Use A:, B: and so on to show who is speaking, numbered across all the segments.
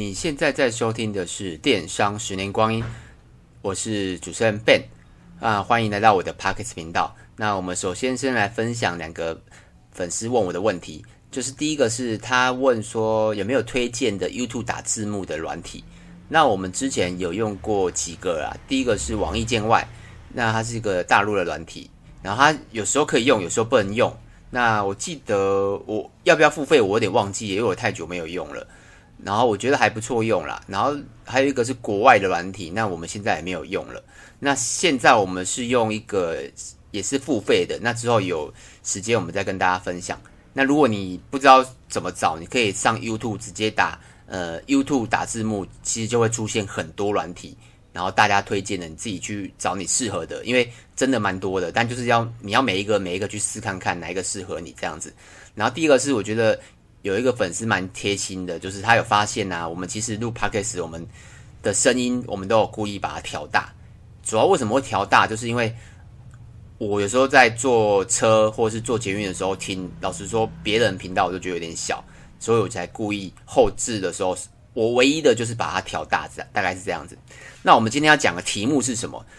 A: 你现在在收听的是电商10年光阴，我是主持人 Ben 欢迎来到我的 Podcast 频道。那我们首先来分享2个粉丝问我的问题，就是第一个是他问说有没有推荐的 YouTube 打字幕的软体。那我们之前有用过几个啦，第一个是网易见外，那它是一个大陆的软体，然后它有时候可以用，有时候不能用。那我记得我要不要付费我有点忘记，因为我太久没有用了。然后我觉得还不错用啦，然后还有一个是国外的软体，那我们现在也没有用了。那现在我们是用一个也是付费的，那之后有时间我们再跟大家分享。那如果你不知道怎么找，你可以上 YouTube 直接打YouTube 打字幕，其实就会出现很多软体，然后大家推荐的你自己去找你适合的，因为真的蛮多的，但就是你要每一个去试看看哪一个适合你这样子。然后第一个是我觉得有一个粉丝蛮贴心的，就是他有发现我们其实录 Podcast 我们的声音我们都有故意把它调大。主要为什么会调大，就是因为我有时候在坐车或是坐捷运的时候听，老实说别人频道我就觉得有点小，所以我才故意后置的时候，我唯一的就是把它调大，大概是这样子。那我们今天要讲的题目是什么？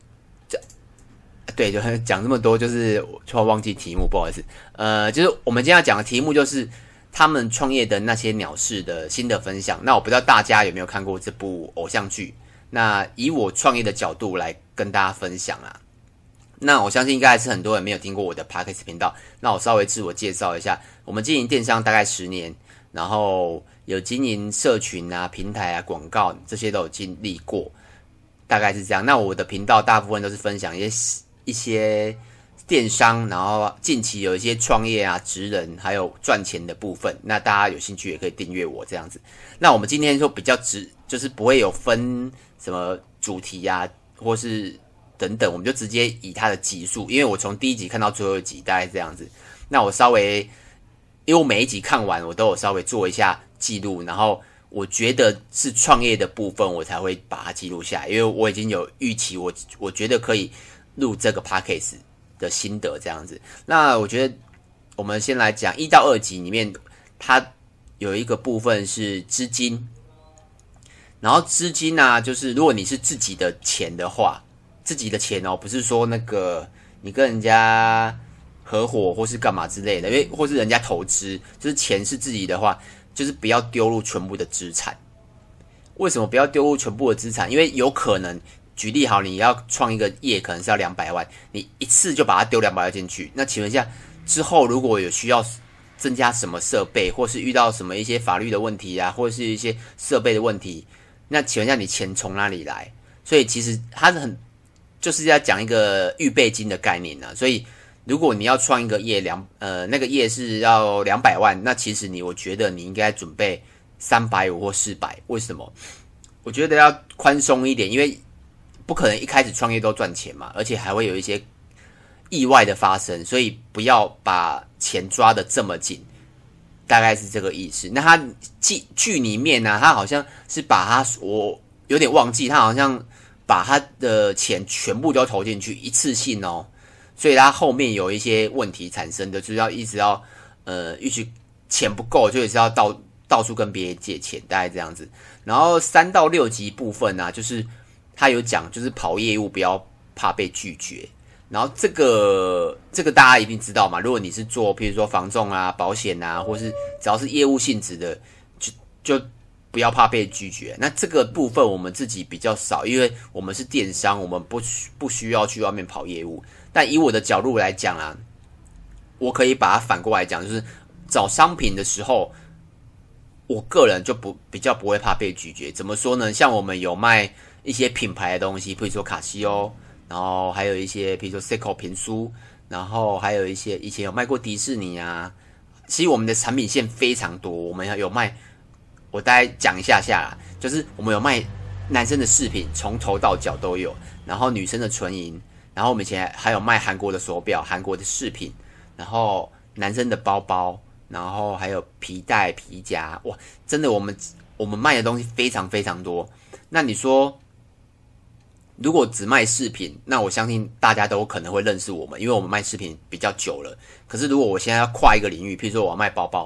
A: 对，就讲这么多，就是突然忘记题目，不好意思。就是我们今天要讲的题目就是他们创业的那些鸟事的新的分享。那我不知道大家有没有看过这部偶像剧？那以我创业的角度来跟大家分享啦。那我相信应该还是很多人没有听过我的 Podcast 频道。那我稍微自我介绍一下，我们经营电商大概10年，然后有经营社群平台广告这些都有经历过，大概是这样。那我的频道大部分都是分享一些电商，然后近期有一些创业职人还有赚钱的部分，那大家有兴趣也可以订阅我这样子。那我们今天就比较就是不会有分什么主题或是等等，我们就直接以它的集数，因为我从第一集看到最后一集大概这样子。那我稍微因为我每一集看完我都有稍微做一下记录，然后我觉得是创业的部分我才会把它记录下来，因为我已经有预期我觉得可以录这个 podcast 的心得这样子。那我觉得我们先来讲1到2集里面，它有一个部分是资金，然后资金就是如果你是自己的钱的话，自己的钱不是说那个你跟人家合伙或是干嘛之类的，因为或是人家投资，就是钱是自己的话，就是不要丢入全部的资产。为什么不要丢入全部的资产？因为有可能举例好，你要创一个业，可能是要200万，你一次就把它丢200万进去。那请问一下，之后如果有需要增加什么设备，或是遇到什么一些法律的问题或者是一些设备的问题，那请问一下你钱从哪里来？所以其实它是就是要讲一个预备金的概念所以如果你要创一个业那个业是要200万，那其实我觉得你应该准备350或400。为什么？我觉得要宽松一点，因为不可能一开始创业都赚钱嘛，而且还会有一些意外的发生，所以不要把钱抓得这么紧，大概是这个意思。那他剧里面他好像是把我有点忘记，他好像把他的钱全部都投进去，一次性所以他后面有一些问题产生的，就是一直要钱不够，就一直要到处跟别人借钱，大概这样子。然后3到6集部分就是他有讲，就是跑业务不要怕被拒绝。然后这个大家一定知道嘛，如果你是做譬如说房仲保险或是只要是业务性质的，就不要怕被拒绝。那这个部分我们自己比较少，因为我们是电商，我们不需要去外面跑业务。但以我的角度来讲我可以把它反过来讲，就是找商品的时候，我个人就比较不会怕被拒绝。怎么说呢？像我们有卖一些品牌的东西，比如说卡西欧，然后还有一些比如说 Seiko 评书，然后还有一些以前有卖过迪士尼其实我们的产品线非常多，我们有卖，我大概讲一下啦，就是我们有卖男生的饰品，从头到脚都有，然后女生的纯银，然后我们以前还有卖韩国的手表、韩国的饰品，然后男生的包包，然后还有皮带、皮夹，哇，真的我们卖的东西非常非常多。那你说，如果只卖饰品，那我相信大家都可能会认识我们，因为我们卖饰品比较久了。可是如果我现在要跨一个领域，譬如说我要卖包包，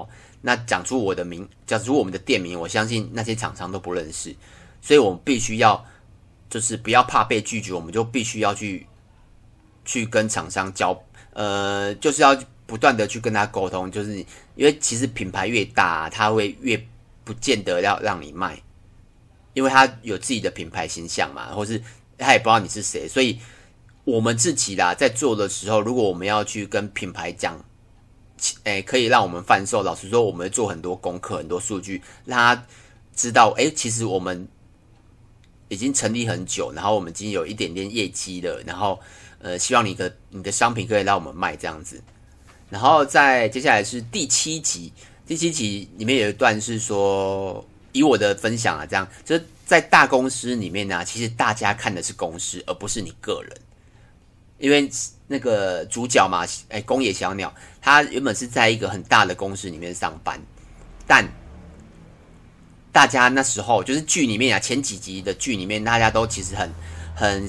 A: 那讲出我们的店名，我相信那些厂商都不认识，所以我们必须要就是不要怕被拒绝，我们就必须要去跟厂商就是要不断的去跟他沟通，就是因为其实品牌越大，他会越不见得要让你卖，因为他有自己的品牌形象嘛，或是他也不知道你是谁，所以我们自己啦在做的时候，如果我们要去跟品牌讲，可以让我们贩售，老实说，我们会做很多功课、很多数据，让他知道，其实我们已经成立很久，然后我们已经有一点点业绩了，然后希望你的商品可以让我们卖这样子。然后接下来是第7集里面有一段是说，以我的分享啊，这样就是在大公司里面呢，其实大家看的是公司，而不是你个人。因为那个主角嘛，宫野小鸟，他原本是在一个很大的公司里面上班，但大家那时候就是剧里面啊，前几集的剧里面，大家都其实很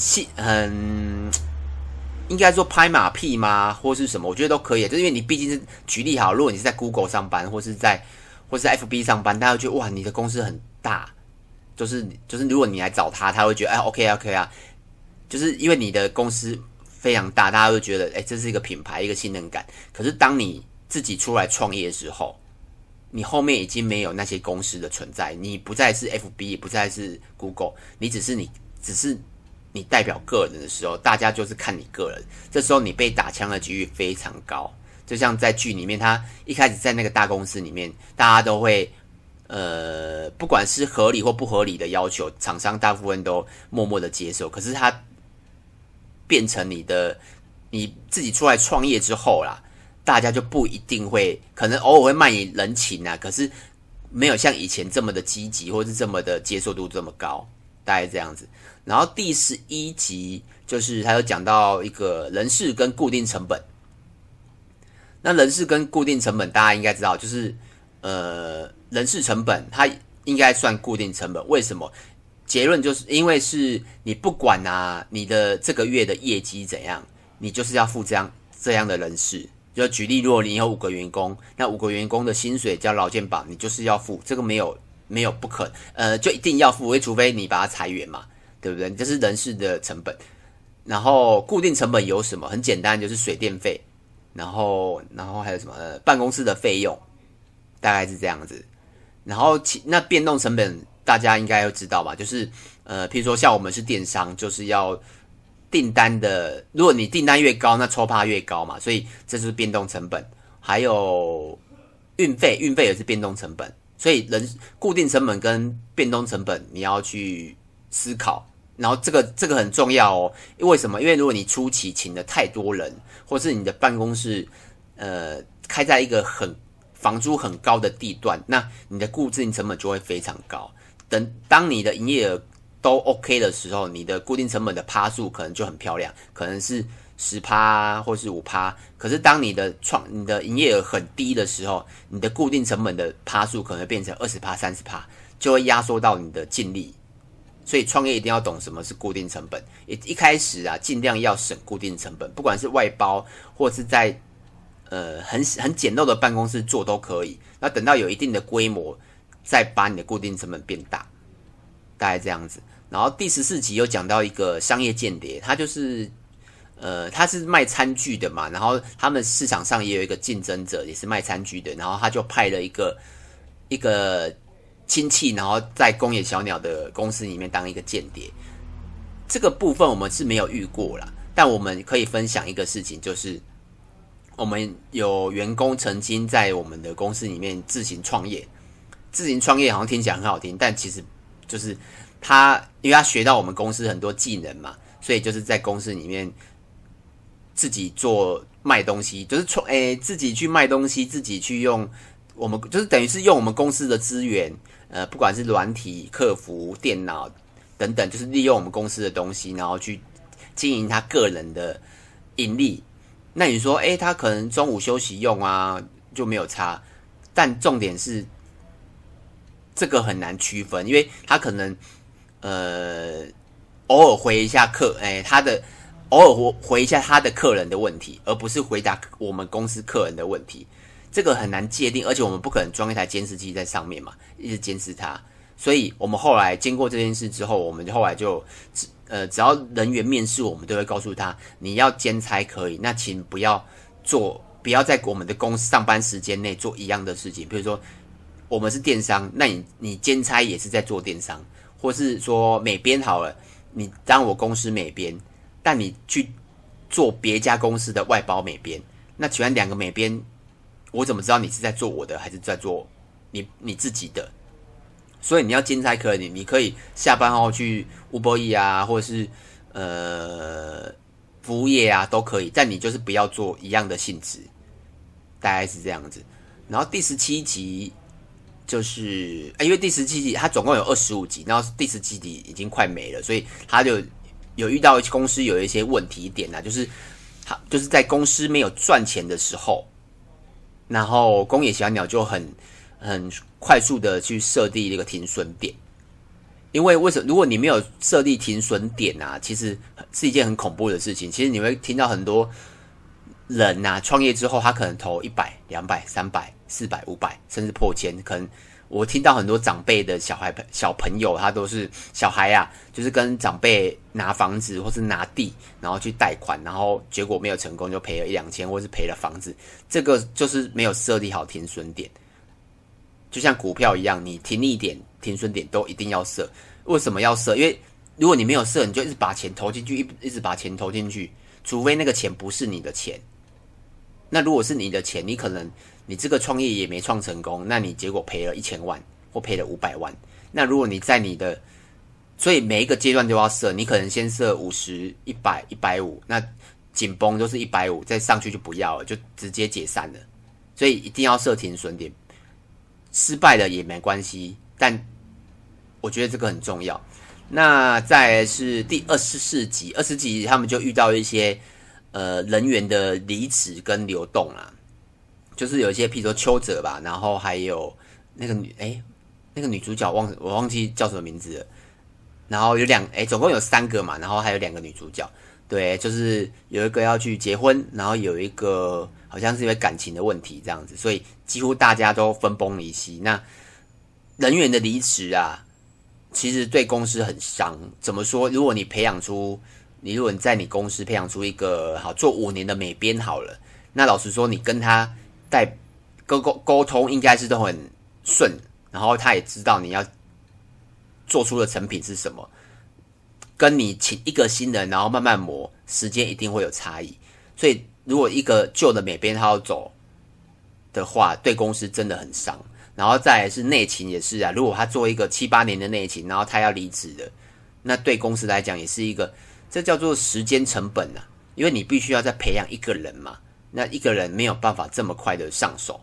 A: 应该说拍马屁吗，或是什么？我觉得都可以，就是因为你毕竟是举例好，如果你是在 Google 上班，或是在 FB 上班，大家会觉得哇，你的公司很大，就是如果你来找他会觉得OK 啊，就是因为你的公司非常大，大家会觉得这是一个品牌，一个信任感。可是当你自己出来创业的时候，你后面已经没有那些公司的存在，你不再是 FB， 也不再是 Google， 你只是你代表个人的时候，大家就是看你个人。这时候你被打枪的几率非常高。就像在剧里面，他一开始在那个大公司里面，大家都会不管是合理或不合理的要求，厂商大部分都默默的接受。可是他变成你自己出来创业之后啦，大家就不一定会，可能偶尔会卖你人情啊，可是没有像以前这么的积极，或是这么的接受度这么高，大概这样子。然后第11集就是他有讲到一个人事跟固定成本。那人事跟固定成本大家应该知道，就是人事成本它应该算固定成本，为什么？结论就是因为是你不管啊你的这个月的业绩怎样，你就是要付这样的人事。就举例，如果你有5个员工，那5个员工的薪水加劳健保，你就是要付，这个没有不可就一定要付，除非你把它裁员嘛，对不对？这是人事的成本。然后固定成本有什么？很简单，就是水电费，然后还有什么办公室的费用，大概是这样子。然后那变动成本大家应该要知道吧，就是譬如说像我们是电商，就是要订单的，如果你订单越高，那抽趴越高嘛，所以这就是变动成本。还有运费也是变动成本，所以固定成本跟变动成本你要去思考。然后这个很重要哦，为什么？因为如果你初期请的太多人，或是你的办公室开在一个房租很高的地段，那你的固定成本就会非常高。当你的营业额都 OK 的时候，你的固定成本的趴数可能就很漂亮，可能是10%或是5%。可是当你的营业额很低的时候，你的固定成本的趴数可能会变成20%、30%，就会压缩到你的净利。所以创业一定要懂什么是固定成本。一开始啊，尽量要省固定成本，不管是外包或是在很简陋的办公室做都可以。那等到有一定的规模，再把你的固定成本变大，大概这样子。然后第14集又讲到一个商业间谍，他就是他是卖餐具的嘛，然后他们市场上也有一个竞争者，也是卖餐具的，然后他就派了一个亲戚，然后在宫野小鸟的公司里面当一个间谍。这个部分我们是没有遇过啦，但我们可以分享一个事情，就是我们有员工曾经在我们的公司里面自行创业。自行创业好像听起来很好听，但其实就是因为他学到我们公司很多技能嘛，所以就是在公司里面自己卖东西，就是自己去卖东西，自己去用我们就是等于是用我们公司的资源，不管是软体、客服、电脑等等，就是利用我们公司的东西，然后去经营他个人的盈利。那你说，他可能中午休息用啊，就没有差。但重点是，这个很难区分，因为他可能偶尔回一下偶尔回一下他的客人的问题，而不是回答我们公司客人的问题。 这个很难界定，而且我们不可能装一台监视器在上面嘛，一直监视它。所以我们后来经过这件事之后，我们后来就只要人员面试，我们都会告诉他，你要兼差可以，那请不要在我们的公司上班时间内做一样的事情。比如说我们是电商，那你兼差也是在做电商，或是说美编好了，你当我公司美编，但你去做别家公司的外包美编，那请问两个美编，我怎么知道你是在做我的还是在做你自己的？所以你要兼差可以，你可以下班后去 Uber Eats 啊，或者是服务业啊都可以，但你就是不要做一样的性质，大概是这样子。然后第17集就是因为第17集它总共有25集，然后第17集已经快没了，所以他就有遇到公司有一些问题点啊，就是在公司没有赚钱的时候，然后宫野小鸟就很快速的去设定一个停损点，因为为什么？如果你没有设立停损点啊，其实是一件很恐怖的事情。其实你会听到很多人啊，创业之后他可能投100、200、300、400、500，甚至破千。可能我听到很多长辈的小朋友，他都是小孩啊，就是跟长辈拿房子或是拿地，然后去贷款，然后结果没有成功，就赔了1、2千，或是赔了房子。这个就是没有设立好停损点。就像股票一样，你停利点、停损点都一定要设。为什么要设？因为如果你没有设，你就一直把钱投进去，一直把钱投进去，除非那个钱不是你的钱。那如果是你的钱，你可能你这个创业也没创成功，那你结果赔了1000万或赔了500万。那如果你在所以每一个阶段都要设，你可能先设50、100、150，那紧绷都是150，再上去就不要了，就直接解散了。所以一定要设停损点。失败了也没关系，但我觉得这个很重要。那再来是第24集他们就遇到一些人员的离职跟流动啦，就是有一些譬如说邱泽吧，然后还有那个女主角我忘记叫什么名字了，然后有总共有3个嘛，然后还有2个女主角，对，就是有一个要去结婚，然后有一个好像是因为感情的问题这样子，所以几乎大家都分崩离析。那人员的离职啊，其实对公司很伤。怎么说？如果你在你公司培养出一个好做5年的美编好了，那老实说，你跟他沟通应该是都很顺，然后他也知道你要做出的成品是什么。跟你请一个新人，然后慢慢磨，时间一定会有差异。所以，如果一个旧的美编他要走的话，对公司真的很伤。然后再来是内勤也是啊，如果他做一个7、8年的内勤，然后他要离职的，那对公司来讲也是一个，这叫做时间成本啊。因为你必须要再培养一个人嘛，那一个人没有办法这么快的上手，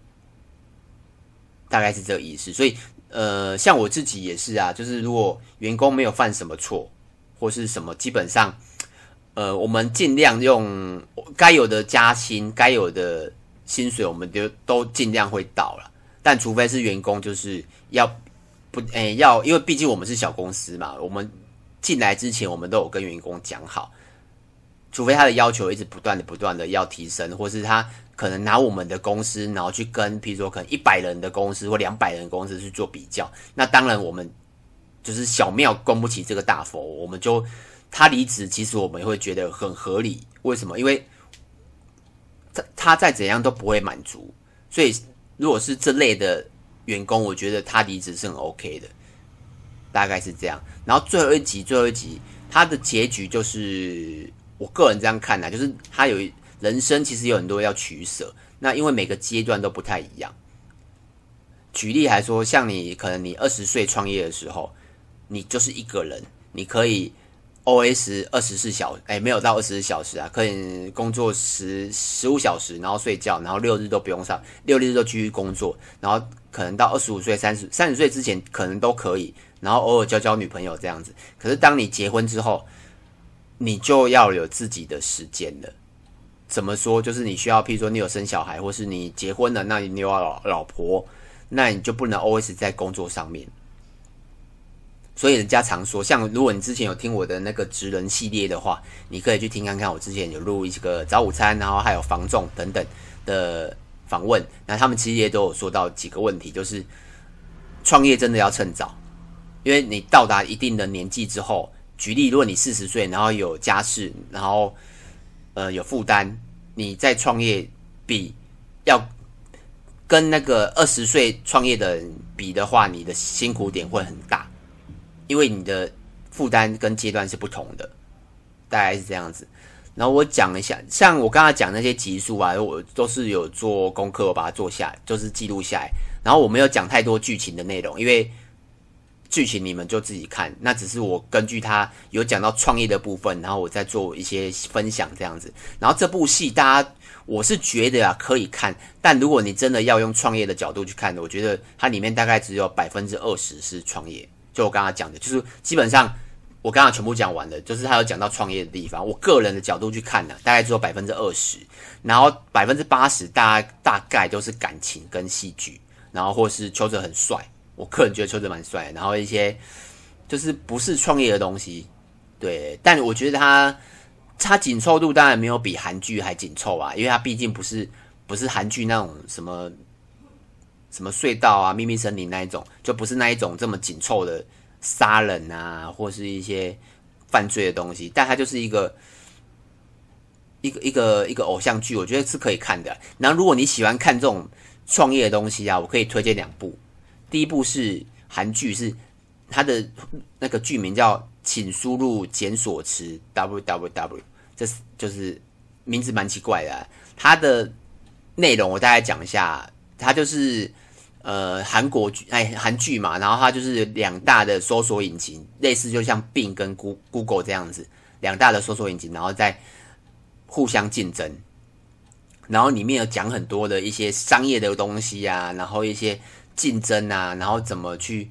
A: 大概是这个意思。所以，像我自己也是啊，就是如果员工没有犯什么错，或是什么，基本上，我们尽量用该有的加薪、该有的薪水，我们都尽量会到了。但除非是员工，就是因为毕竟我们是小公司嘛，我们进来之前，我们都有跟员工讲好，除非他的要求一直不断的要提升，或是他可能拿我们的公司，然后去跟，譬如说可能100人的公司或200人的公司去做比较，那当然我们就是小庙供不起这个大佛，我们就他离职，其实我们也会觉得很合理。为什么？因为他再怎样都不会满足，所以如果是这类的员工，我觉得他离职是很 OK 的，大概是这样。然后最后一集，他的结局就是我个人这样看就是他有人生其实有很多要取舍，那因为每个阶段都不太一样。举例来说，像可能你20岁创业的时候，你就是一个人，你可以 OS 24小时，没有到24小时啊，可以工作15小时，然后睡觉，然后6日都不用上，6日都继续工作，然后可能到25岁、30岁之前可能都可以，然后偶尔交女朋友这样子。可是当你结婚之后，你就要有自己的时间了。怎么说？就是你需要，譬如说你有生小孩，或是你结婚了，那你有老婆，那你就不能 always 在工作上面。所以人家常说，像如果你之前有听我的那个职人系列的话，你可以去听看看，我之前有录一个早午餐，然后还有房仲等等的访问，那他们其实也都有说到几个问题，就是创业真的要趁早，因为你到达一定的年纪之后，举例，如果你40岁，然后有家室，然后有负担，你在创业比要跟那个20岁创业的人比的话，你的辛苦点会很大，因为你的负担跟阶段是不同的，大概是这样子。然后我讲一下，像我刚才讲那些集数啊，我都是有做功课，我把它做下来，就是记录下来。然后我没有讲太多剧情的内容，因为剧情你们就自己看，那只是我根据他有讲到创业的部分，然后我再做一些分享这样子。然后这部戏我是觉得可以看，但如果你真的要用创业的角度去看，我觉得它里面大概只有20%是创业。就我刚刚讲的，就是基本上我刚刚全部讲完了，就是他有讲到创业的地方，我个人的角度去看呢，大概只有20%，然后80%大概都是感情跟戏剧，然后或是邱泽很帅，我个人觉得邱泽蛮帅的，然后一些就是不是创业的东西，对，但我觉得他紧凑度当然没有比韩剧还紧凑啊，因为他毕竟不是韩剧那种什么隧道啊、秘密森林那一种，就不是那一种这么紧凑的杀人啊，或是一些犯罪的东西，但它就是一个偶像剧，我觉得是可以看的。然后如果你喜欢看这种创业的东西啊，我可以推荐2部。第一部是韩剧，是它的那个剧名叫请输入检索词 www， 这就是名字蛮奇怪的它的内容我大概讲一下，它就是韩剧嘛，然后它就是2大的搜索引擎，类似就像 Bing 跟 Google 这样子，2大的搜索引擎，然后再互相竞争。然后里面有讲很多的一些商业的东西啊，然后一些竞争啊，然后怎么去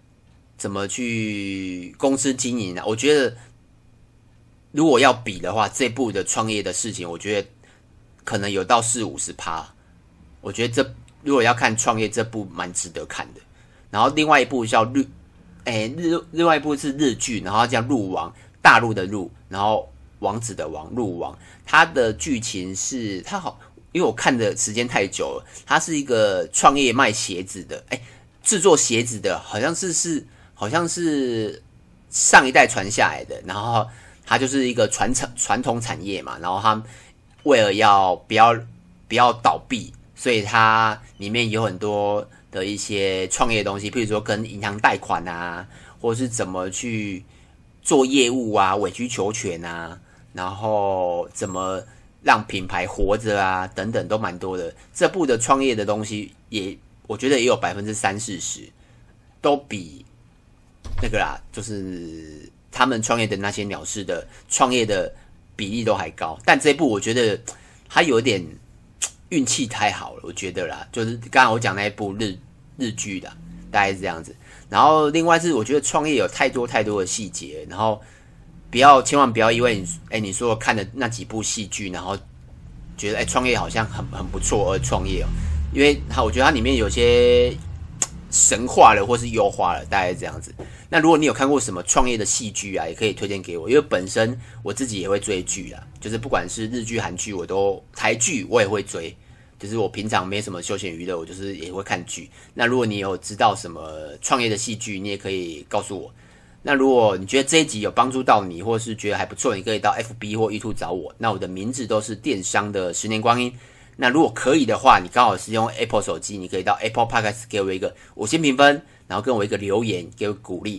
A: 公司经营啊。我觉得如果要比的话，这部的创业的事情，我觉得可能有到40-50%。我觉得如果要看创业，这部蛮值得看的。然后另外一部叫另外一部是日剧，然后叫鹿王，大陆的鹿，然后王子的王，鹿王。它的剧情是因为我看的时间太久了，它是一个创业卖鞋子的，制作鞋子的，好像是上一代传下来的，然后它就是一个传统产业嘛，然后它为了要不要倒闭，所以它里面有很多的一些创业的东西，譬如说跟银行贷款啊，或是怎么去做业务啊，委曲求全啊，然后怎么让品牌活着啊，等等都蛮多的。这部的创业的东西我觉得也有30-40%，都比那个啦，就是他们创业的那些鸟事的创业的比例都还高。但这部我觉得它有点运气太好了，我觉得啦，就是刚刚我讲那一部日剧的，大概是这样子。然后另外是我觉得创业有太多的细节，然后千万不要因为你说看的那几部戏剧，然后觉得创业好像很不错而创业因为我觉得它里面有些神化了或是优化了，大概是这样子。那如果你有看过什么创业的戏剧啊，也可以推荐给我，因为本身我自己也会追剧啦，就是不管是日剧、韩剧，台剧我也会追。就是我平常没什么休闲娱乐，我就是也会看剧。那如果你有知道什么创业的戏剧，你也可以告诉我。那如果你觉得这一集有帮助到你，或是觉得还不错，你可以到 FB 或 YouTube 找我。那我的名字都是电商的10年光阴。那如果可以的话，你刚好是用 Apple 手机，你可以到 Apple Podcast 给我一个5星评分，然后跟我一个留言，给我鼓励。